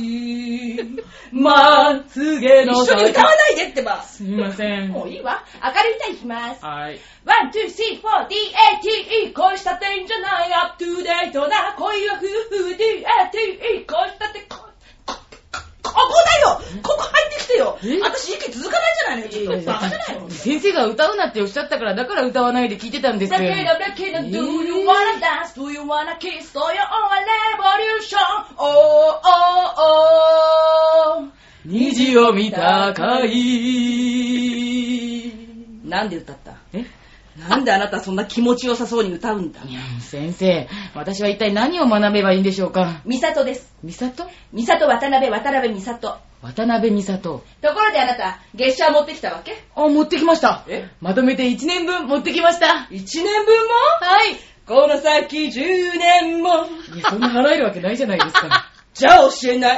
まつげの一緒に歌わないでってば。 すみません。 もういいわ。明るい歌いきます。 はい。 1、2、3、4、D-A-T-E 恋したってんじゃない、アップトゥデートな恋は夫婦 D-A-T-E 恋したってここだよ、ここ入ってきてよ。私息続かないじゃないのよ。ちょっとバカじゃないの。 先生が歌うなっておっしゃったから、だから歌わないで聞いてたんですよ。 Do you wanna dance? Do you wanna kiss? So your own revolution? Oh, oh, oh. 虹を見たかい。 なんで歌った？なんであなたそんな気持ちよさそうに歌うんだ？ いや、先生、私は一体何を学べばいいんでしょうか？ 美里です。 美里？ 美里渡辺美里。 渡辺美里。ところであなた、月謝持ってきたわけ？ 持ってきました。まとめて1年分持ってきました。 1年分も？ はい。 この先10年も。 いや、そんな払えるわけないじゃないですか。 じゃあ教えない。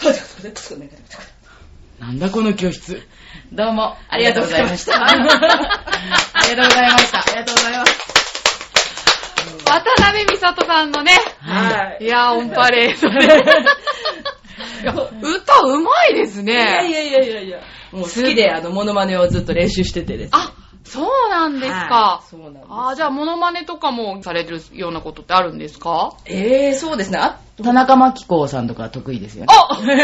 なんだこの教室。どうもありがとうございました。 ありがとうございました。ありがとうございます。 渡辺美里さんのね、 はい。 いや、オンパレードで。いや、歌うまいですね。 いや。もう好きでモノマネをずっと練習しててです。 そうなんですか。 そうなんです。 じゃあモノマネとかもされるようなことってあるんですか？ そうですね。 田中真紀子さんとか得意ですよね。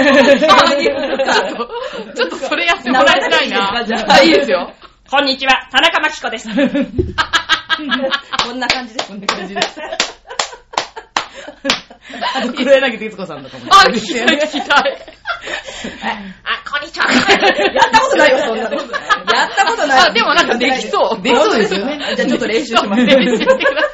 ちょっとそれやってもらいたいな。いいですよ。 こんにちは、田中真紀子です。こんな感じです。 こんな感じです。あと黒柳徹子さんとかも。 聞きたい。 こんにちは。やったことないよ、そんなの。やったことない。 でもなんかできそう。 できそうですよね。 じゃあちょっと練習します。 練習してくだ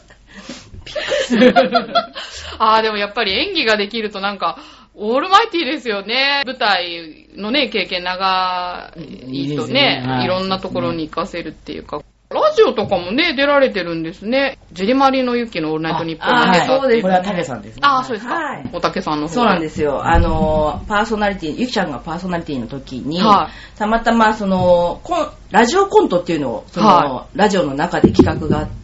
さい。でもやっぱり演技ができるとなんか、オールマイティーですよね。舞台のね、経験長いとね、いろんなところに活かせるっていうか。ラジオとかもね、出られてるんですね。ジェリマリのユキのオールナイトニッポンに出たっていう。 これはタケさんですね。 そうですか。おたけさんの方で。 そうなんですよ。パーソナリティ、ゆきちゃんがパーソナリティの時に、たまたまラジオコントっていうのを、ラジオの中で企画があって、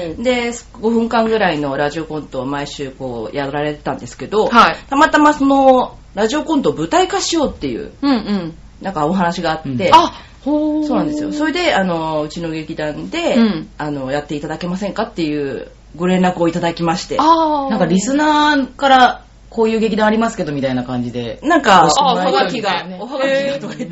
で、5分間ぐらいのラジオコントを毎週やられてたんですけど、たまたまラジオコントを舞台化しようっていう、なんかお話があって、そうなんですよ。それで、うちの劇団で、やっていただけませんかっていうご連絡をいただきまして。 なんかリスナーからこういう劇団ありますけどみたいな感じで。 なんか、おはがきがとか言って。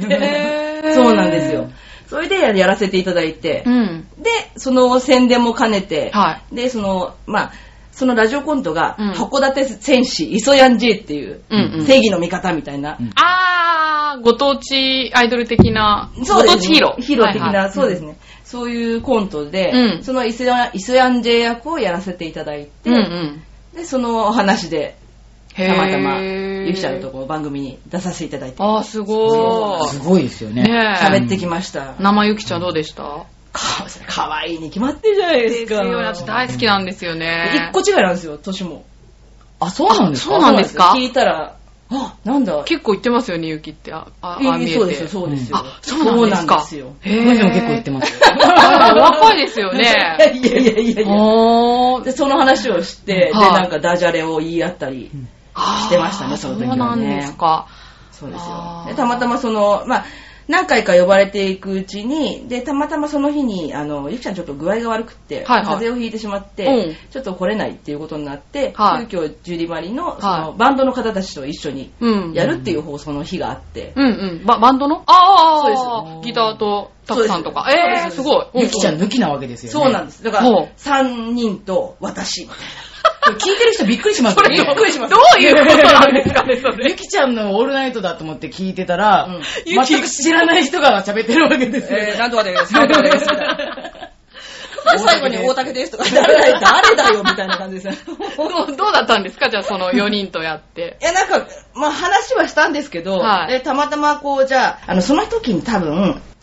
そうなんですよ。それでやらせていただいて、で、その宣伝も兼ねて、で、そのラジオコントが、函館戦士、磯やん J っていう、正義の味方みたいな。 ご当地アイドル的な、ご当地ヒーロー。 ヒーロー的な、そうですね。そういうコントで、その磯やん J 役をやらせていただいて、で、その話で、たまたま、ゆきちゃんのところ番組に出させていただいて。 すごい。 すごいですよね。 喋ってきました。 生ゆきちゃんどうでした？ かわいいに決まってるじゃないですか。 私大好きなんですよね。 1個違いなんですよ、年も。 そうなんですか？ そうなんですか？ 聞いたら、なんだ。 結構言ってますよね、ゆきって。見えて。 そうですよ、そうですよ。 そうなんですよ。 でも結構言ってますよ。 若いですよね。 いや。で、その話をして、で、なんかダジャレを言い合ったりしてましたね、その時はね。 そうなんですか。 そうですよ。で、たまたま何回か呼ばれていくうちに、で、たまたまその日に、ゆきちゃんちょっと具合が悪くって、風邪をひいてしまって、ちょっと来れないっていうことになって、急遽ジュリマリの、バンドの方たちと一緒にやるっていう放送の日があって。 バンドの？ そうです。ギターとタクさんとか。すごい。 ゆきちゃん抜きなわけですよね。 そうなんです。だから、3人と私、みたいな。聞いてる人びっくりしますよね。 びっくりします。どういうことなんですかね、それ。 ゆきちゃんのオールナイトだと思って聞いてたら、全く知らない人が喋ってるわけですよ。 なんとかです、なんとかです、みたいな。最後に大竹ですとか、誰だよ、みたいな感じですよ。 どうだったんですか、じゃあその4人とやって。 いや、なんか、話はしたんですけど、たまたまじゃあ、その時に多分、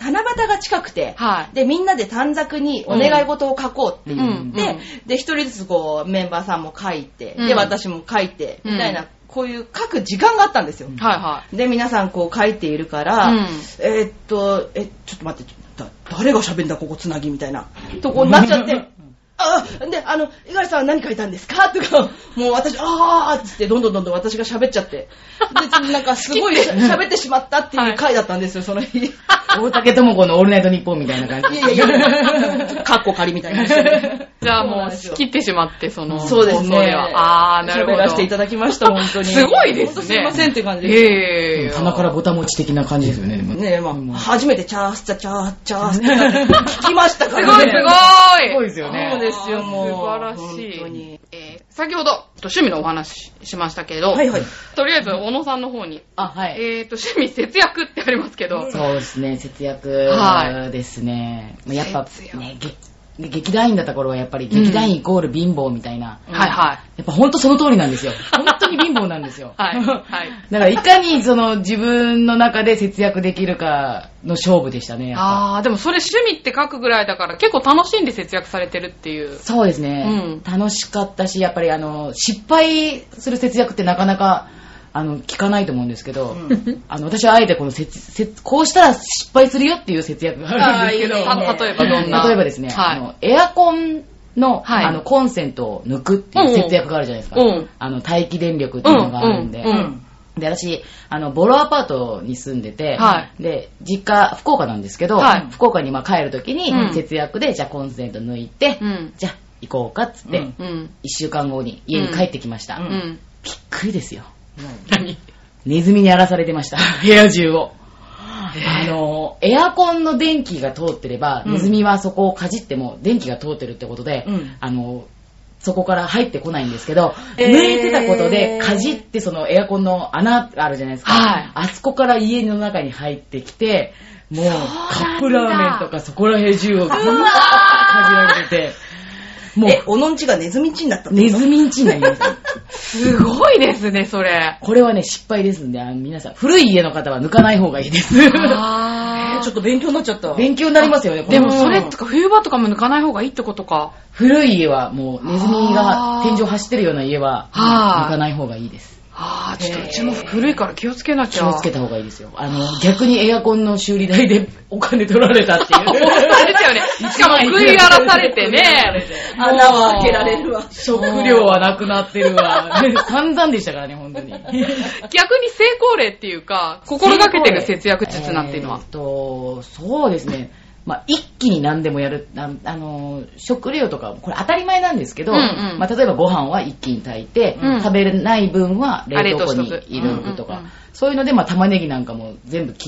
七夕が近くて、で、みんなで短冊にお願い事を書こうって言って、で、一人ずつこう、メンバーさんも書いて、で、私も書いて、みたいな、こういう書く時間があったんですよ。で、皆さんこう書いているから、ちょっと待って、誰が喋んだここつなぎみたいなとこになっちゃって、で、五十嵐さんは何書いたんですかとか、もう私、っつって、どんどん私が喋っちゃって。で、なんかすごい喋ってしまったっていう回だったんですよ、その日。 大竹智子のオールナイトニッポンみたいな感じ。 いや、カッコ仮みたいな。 じゃあもう仕切ってしまって、 そうですね。 なるほど。 喋らせていただきました、本当に。 すごいですね。 すいませんって感じです。 棚からぼたもち的な感じですよね。 ね、初めてチャースって聞きましたからね。 すごい。 すごいですよね。 そうですよ、もう。 素晴らしい。先ほど趣味のお話しましたけれど、とりあえず小野さんの方に、趣味節約ってありますけど、 そうですね、節約ですね。やっぱね、劇団員だった頃はやっぱり劇団員イコール貧乏みたいな、やっぱ本当その通りなんですよ。本当に貧乏なんですよ。だからいかに自分の中で節約できるかの勝負でしたね。 でもそれ趣味って書くぐらいだから結構楽しんで節約されてるっていう。 そうですね。楽しかったし、やっぱり失敗する節約ってなかなか聞かないと思うんですけど、私はあえてこうしたら失敗するよっていう節約があるんですけど、 例えばどんな？ 例えばですね、エアコンの、コンセントを抜くっていう節約があるじゃないですか。待機電力っていうのがあるんで。で、私、ボロアパートに住んでて、で、実家、福岡なんですけど、福岡に帰るときに節約で、じゃあコンセント抜いて、じゃあ行こうかっつって、1週間後に家に帰ってきました。びっくりですよ。ネズミに荒らされてました。部屋中を。エアコンの電気が通ってれば、ネズミはそこをかじっても電気が通ってるってことで、そこから入ってこないんですけど、抜いてたことでかじってそのエアコンの穴があるじゃないですか。あそこから家の中に入ってきて、もうカップラーメンとかそこら辺中をかじられてて、 もうおのんちがネズミんちになった。 ネズミんちになりました。 すごいですね、それ。 これはね、失敗ですんで、皆さん、古い家の方は抜かない方がいいです。 ちょっと勉強になっちゃった。 勉強になりますよね。 でもそれとか冬場とかも抜かない方がいいってことか。 古い家はもうネズミが天井走ってるような家は抜かない方がいいです。 ちょっとうちも古いから気をつけなきゃ。 気をつけた方がいいですよ。逆にエアコンの修理代でお金取られたっていう。 本当ですよね。しかも食い荒らされてね。 穴は開けられるわ。 食料はなくなってるわ。散々でしたからね、本当に。 逆に成功例っていうか、心がけてる節約術なんていうのは。 そうですね。一気に何でもやる。食料とか、これ当たり前なんですけど、例えばご飯は一気に炊いて、食べれない分は冷凍庫に入れるとか、そういうので、玉ねぎなんかも全部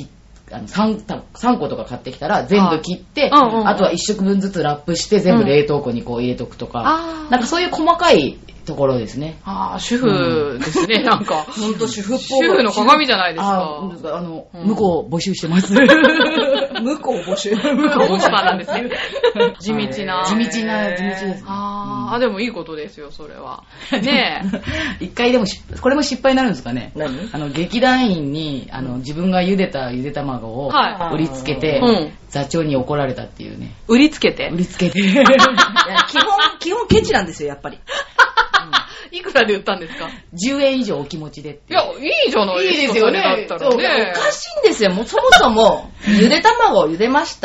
3個とか買ってきたら全部切って、あとは1食分ずつラップして全部冷凍庫にこう入れとくとか、なんかそういう細かいところですね。 主婦ですね、なんか。 ほんと主婦っぽい。 主婦の鏡じゃないですか。 向こう募集してます。 向こう募集。 向こうなんですね。地道ですね。 でもいいことですよ、それは。ねえ。一回でも、これも失敗になるんですかね。劇団員に、自分が茹でたゆで卵を売りつけて、座長に怒られたっていうね。 売りつけて基本ケチなんですよ、やっぱり。 いくらで売ったんですか ？10円以上お気持ちでって。 いや、いいじゃないですか。いいですよね。だったらね。 おかしいんですよ。もうそもそも、ゆで卵を茹でました。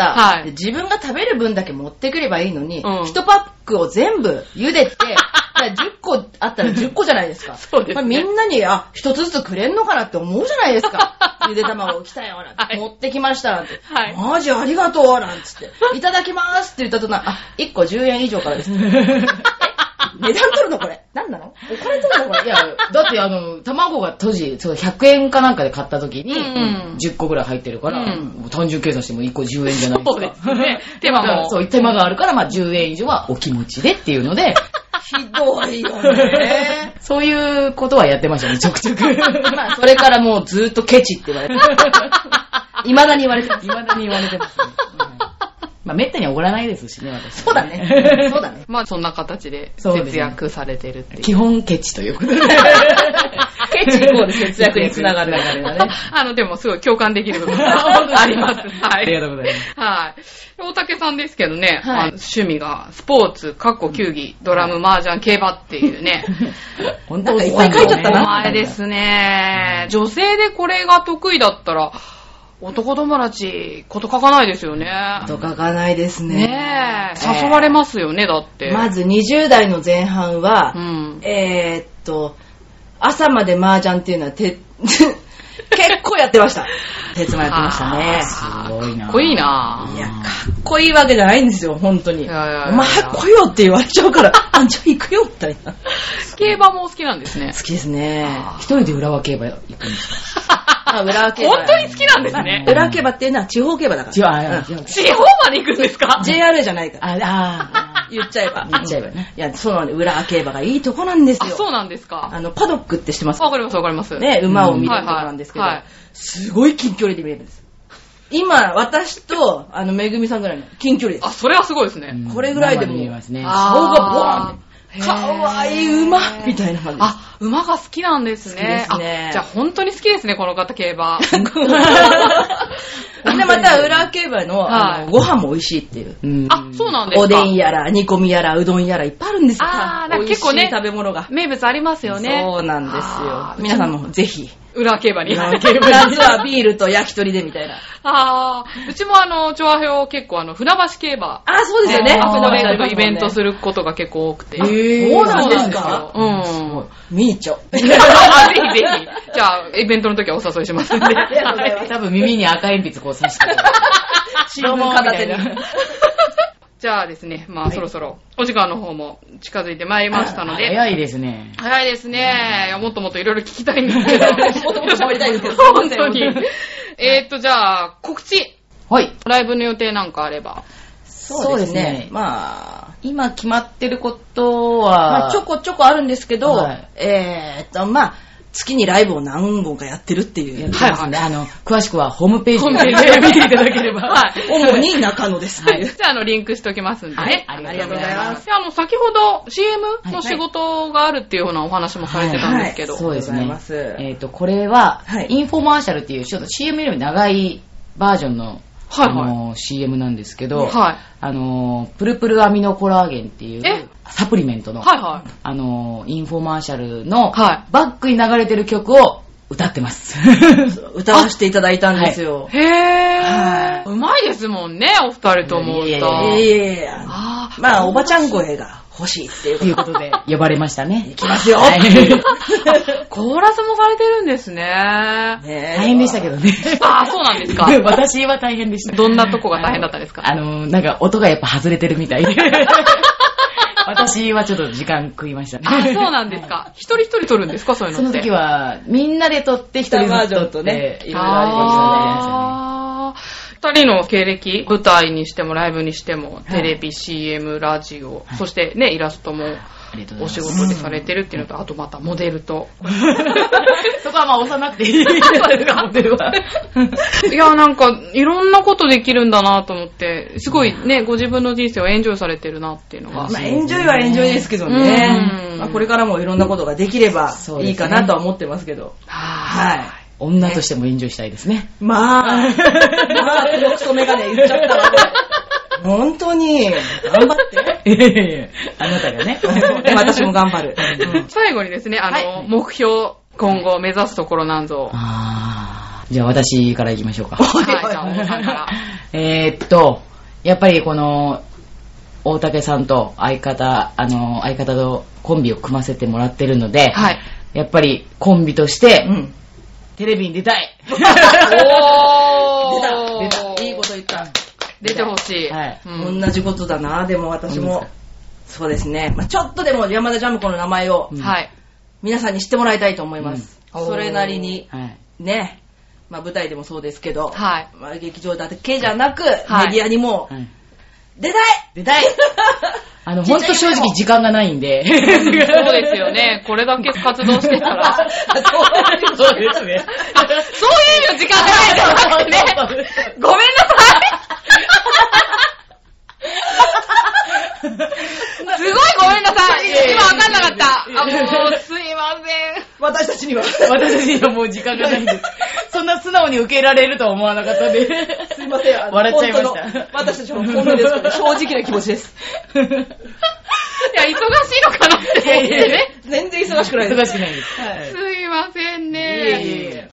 自分が食べる分だけ持ってくればいいのに、1パックを全部茹でて、10個あったら10個じゃないですか。 そうですね。 みんなに、1つずつくれんのかなって思うじゃないですか。ゆで卵来たよ、なんて。持ってきました、なんて。マジありがとう、なんつって。いただきますって言ったとな、1個10円以上からです。値段取るのこれ。何なの？お金取るのこれ。 いや、だって卵が当時、100円かなんかで買った時に、10個ぐらい入ってるから、単純計算しても1個10円じゃないですか。 そうですね。手間も。 そう、手間があるから、10円以上はお気持ちでっていうので、 ひどいよね。 そういうことはやってましたね、ちょくちょく。 それからもうずっとケチって言われて未だに言われてます。 未だに言われてます。めったにおごらないですしね、私。 そうだね。そうだね。 そんな形で節約されてるっていう。 基本ケチということで。 ケ地方で節約につながる流れがね。 でもすごい共感できる部分があります。はい。 ありがとうございます。 はい。大竹さんですけどね、趣味がスポーツ、球技、ドラム、麻雀、競馬っていうね。 本当いっぱい書いちゃったな。 あれですね。女性でこれが得意だったら、男友達、こと書かないですよね。 こと書かないですね。 ねえ。誘われますよね、だって。 まず20代の前半は、朝まで麻雀っていうのは結構やってました。鉄もやってましたね。 すごいな。 かっこいいな。 いや、かっこいいわけじゃないんですよ、本当に。お前早く来いよって言われちゃうから、じゃあ行くよみたいな。 競馬もお好きなんですね。 好きですね。 一人で浦和競馬行くんですか？ 浦和競馬。 本当に好きなんですね。 浦和競馬っていうのは地方競馬だから。 地方まで行くんですか？ JRA じゃないから。言っちゃえばね。いや、そうなんで、浦和競馬がいいとこなんですよ。 そうなんですか。 パドックって知ってますか？ わかりますわかります。 ね、馬を見るとこなんですけど、すごい近距離で見れるんです。今、私と、めぐみさんぐらいの近距離です。 それはすごいですね。 これぐらいでも、 見えますね。 顔がボーンって。かわいい馬みたいな感じです。 馬が好きなんですね。 好きですね。 じゃあ本当に好きですね、この方競馬。 で、また浦和競馬のご飯も美味しいっていう。 そうなんですか。 おでんやら、煮込みやら、うどんやらいっぱいあるんですよ。 結構ね、 食べ物が。 名物ありますよね。 そうなんですよ。皆さんもぜひ。 浦和競馬に。 夏はビールと焼き鳥でみたいな。 うちも調和表結構船橋競馬。 そうですよね。 船橋のイベントすることが結構多くて。 そうなんですか？見に行っちゃおう。ぜひぜひ。じゃあ、イベントの時はお誘いしますんで。 多分耳に赤鉛筆こう刺して。 白物片手に。 じゃあですね、そろそろお時間の方も近づいてまいりましたので。 早いですね。 早いですね。もっともっといろいろ聞きたいんですけど。もっともっと喋りたいんですけど。本当に。じゃあ、告知。 はい。 ライブの予定なんかあれば。 そうですね。今決まってることは、ちょこちょこあるんですけど、月にライブを何本かやってるっていう。 詳しくはホームページで見ていただければ。 主に中野です。 じゃあ、リンクしておきますんでね。 ありがとうございます。 先ほど CM の仕事があるっていうようなお話もされてたんですけど。 そうですね。これは、インフォマーシャルっていう、ちょっと CM より長いバージョンのCM なんですけど、プルプルアミノコラーゲンっていうサプリメントの、インフォマーシャルのバックに流れてる曲を歌ってます。 歌わせていただいたんですよ。 へー。うまいですもんね、お二人とも歌。おばちゃん声が欲しいっていうことで呼ばれましたね。 行きますよ。 コーラスもされてるんですね。 大変でしたけどね。 そうなんですか。 私は大変でした。 どんなとこが大変だったんですか？ なんか音がやっぱ外れてるみたいで。私はちょっと時間食いましたね。 そうなんですか。一人一人撮るんですか、そういうのって。 その時はみんなで撮って一人ずつ撮って、いろいろありましたね。 二人の経歴、舞台にしてもライブにしても、テレビ、CM、ラジオ、そしてね、イラストもお仕事でされてるっていうのと、あとまたモデルと。 そこは押さなくていいですか、モデルは。 いや、なんか、いろんなことできるんだなと思って、すごいね、ご自分の人生をエンジョイされてるなっていうのが。 エンジョイはエンジョイですけどね。これからもいろんなことができればいいかなとは思ってますけど。 女としてもエンジョイしたいですね。 このクソメガネ言っちゃったわ。本当に、頑張って。 あなたがね。 私も頑張る。 最後にですね、目標、今後目指すところなんぞ。 じゃあ私から行きましょうか。 はい、じゃあ大さんから。 やっぱりこの、大竹さんと相方とコンビを組ませてもらってるので、やっぱりコンビとして、テレビに出たい。 出た。いいこと言った。 出てほしい。 同じことだな、でも私も。そうですね。ちょっとでも山田ジャムコの名前を、皆さんに知ってもらいたいと思います。それなりに、ね、舞台でもそうですけど、劇場だけじゃなく、メディアにも、出たいほんと正直時間がないんで。 そうですよね。これだけ活動してたら。 そうですね。 そういうの時間がないじゃなくてね。ごめんなさい。すごいごめんなさい。今わかんなかった。もうすいません。 私たちにはもう時間がないんです。そんな素直に受けられるとは思わなかったんで。 すいません。 笑っちゃいました。 私たちも本音ですけど、正直な気持ちです。 いや、忙しいのかなって思ってね。 全然忙しくないです。 忙しくないです。 すいませんね。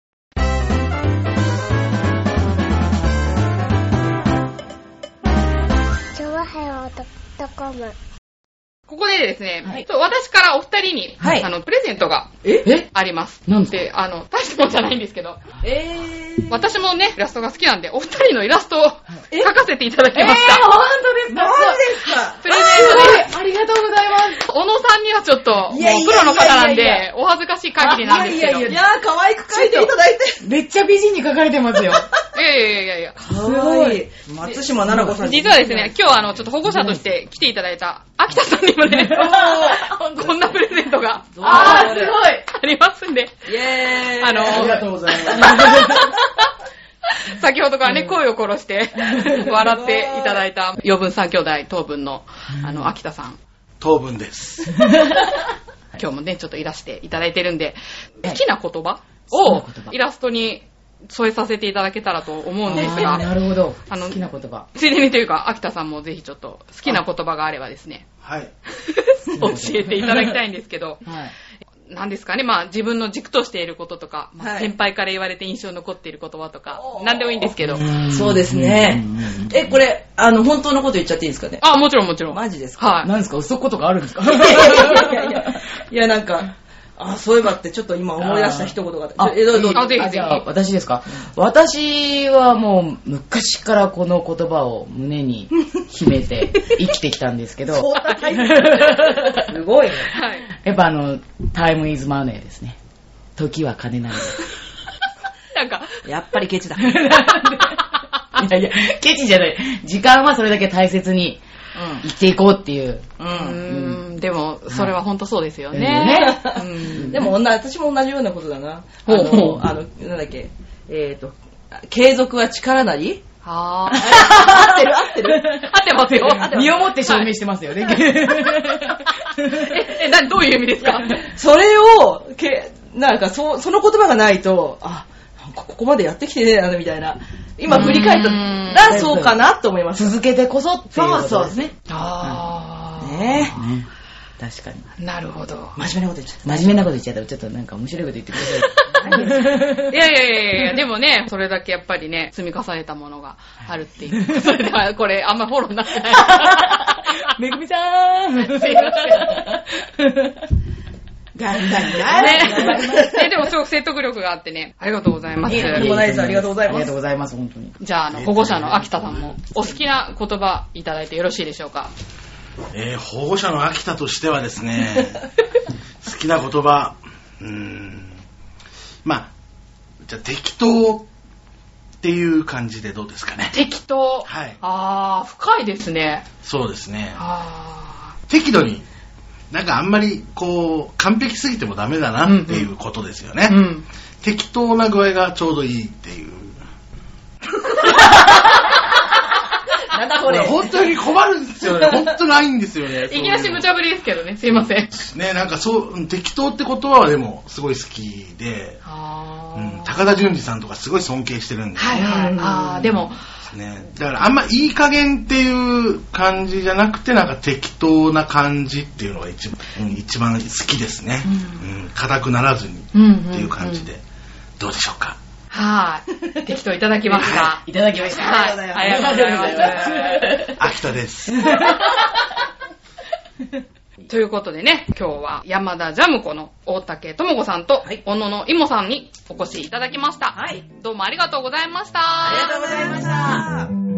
ここでですね、私からお二人に、プレゼントがあります。 なんで、大したもんじゃないんですけど、私もね、イラストが好きなんで、お二人のイラストを描かせていただきました。 本当ですか？ 何ですか？ プレゼントで、 ありがとうございます。 小野さんにはちょっと、もうプロの方なんで、お恥ずかしい限りなんですけど。 いや可愛く描いていただいて。 めっちゃ美人に描かれてますよ。 いや。 すごい。松島奈々子さん。 実はですね、今日ちょっと保護者として来ていただいた秋田さんにもね、こんなプレゼントが、 すごいありますんで。 イェーイ。 ありがとうございます。 先ほどからね、声を殺して、笑っていただいた、余分三兄弟、当分の、秋田さん。 当分です。 今日もね、ちょっといらしていただいてるんで、好きな言葉をイラストに添えさせていただけたらと思うんですが。 なるほど。好きな言葉。 ついでにというか、秋田さんもぜひちょっと好きな言葉があればですね。 はい。 教えていただきたいんですけど。何ですかね、自分の軸としていることとか、先輩から言われて印象に残っている言葉とか、何でもいいんですけど。 そうですね。これ、本当のこと言っちゃっていいですかね？ もちろんもちろん。 マジですか？ 何ですか？嘘ことかあるんですか？ いや、なんか、そういえばってちょっど今思い出した一言が。 ぜひ。 じゃあ、私ですか？私はもう昔からこの言葉を胸に秘めて生きてきたんですけど。 すごいね。 やっぱタイムイズマネーですね。時は金なの。 なんか、 やっぱりケチだ。 いや、ケチじゃない。時間はそれだけ大切に生きていこうっていう。 でも、それは本当そうですよね。 でも、私も同じようなことだな。なんだっけ。継続は力なり？合ってる合ってますよ。 身をもって証明してますよね。 どういう意味ですか？ それを、なんかその言葉がないと、ここまでやってきてねえな、みたいな。今振り返ったらそうかなと思います。 続けてこそっていうことですね。 ねえ。 確かに。 なるほど。 真面目なこと言っちゃった。 真面目なこと言っちゃったら、ちょっとなんか面白いこと言ってください。 いや、でもね、それだけやっぱりね、積み重ねたものがあるっていう。それでは、これ、あんまフォローになってない。 めぐみさーん。 すいません。 頑張りなね。でもすごく説得力があってね、ありがとうございます。 ありがとうございます。ありがとうございます。 ありがとうございます、本当に。 じゃあ、保護者の秋田さんも、お好きな言葉いただいてよろしいでしょうか？ 保護者の秋田としてはですね、好きな言葉、じゃあ適当っていう感じでどうですかね。 適当。 はい。 深いですね。 そうですね。適度に、なんかあんまり完璧すぎてもダメだなっていうことですよね。適当な具合がちょうどいいっていう。 なんだこれ。 本当に困るんですよね。本当ないんですよね。 いきなし無茶ぶりですけどね。すいません。 ね、なんか適当って言葉はでもすごい好きで、高田純次さんとかすごい尊敬してるんで。 でも。 ね、だからあんまいい加減っていう感じじゃなくて、なんか適当な感じっていうのが一番好きですね。硬くならずにっていう感じで。どうでしょうか？ 適当いただきました。 いただきました。 ありがとうございます。 秋田です。 ということでね、今日は山田ジャムコの大竹智子さんと、小野のいもさんにお越しいただきました。どうもありがとうございました。 ありがとうございました。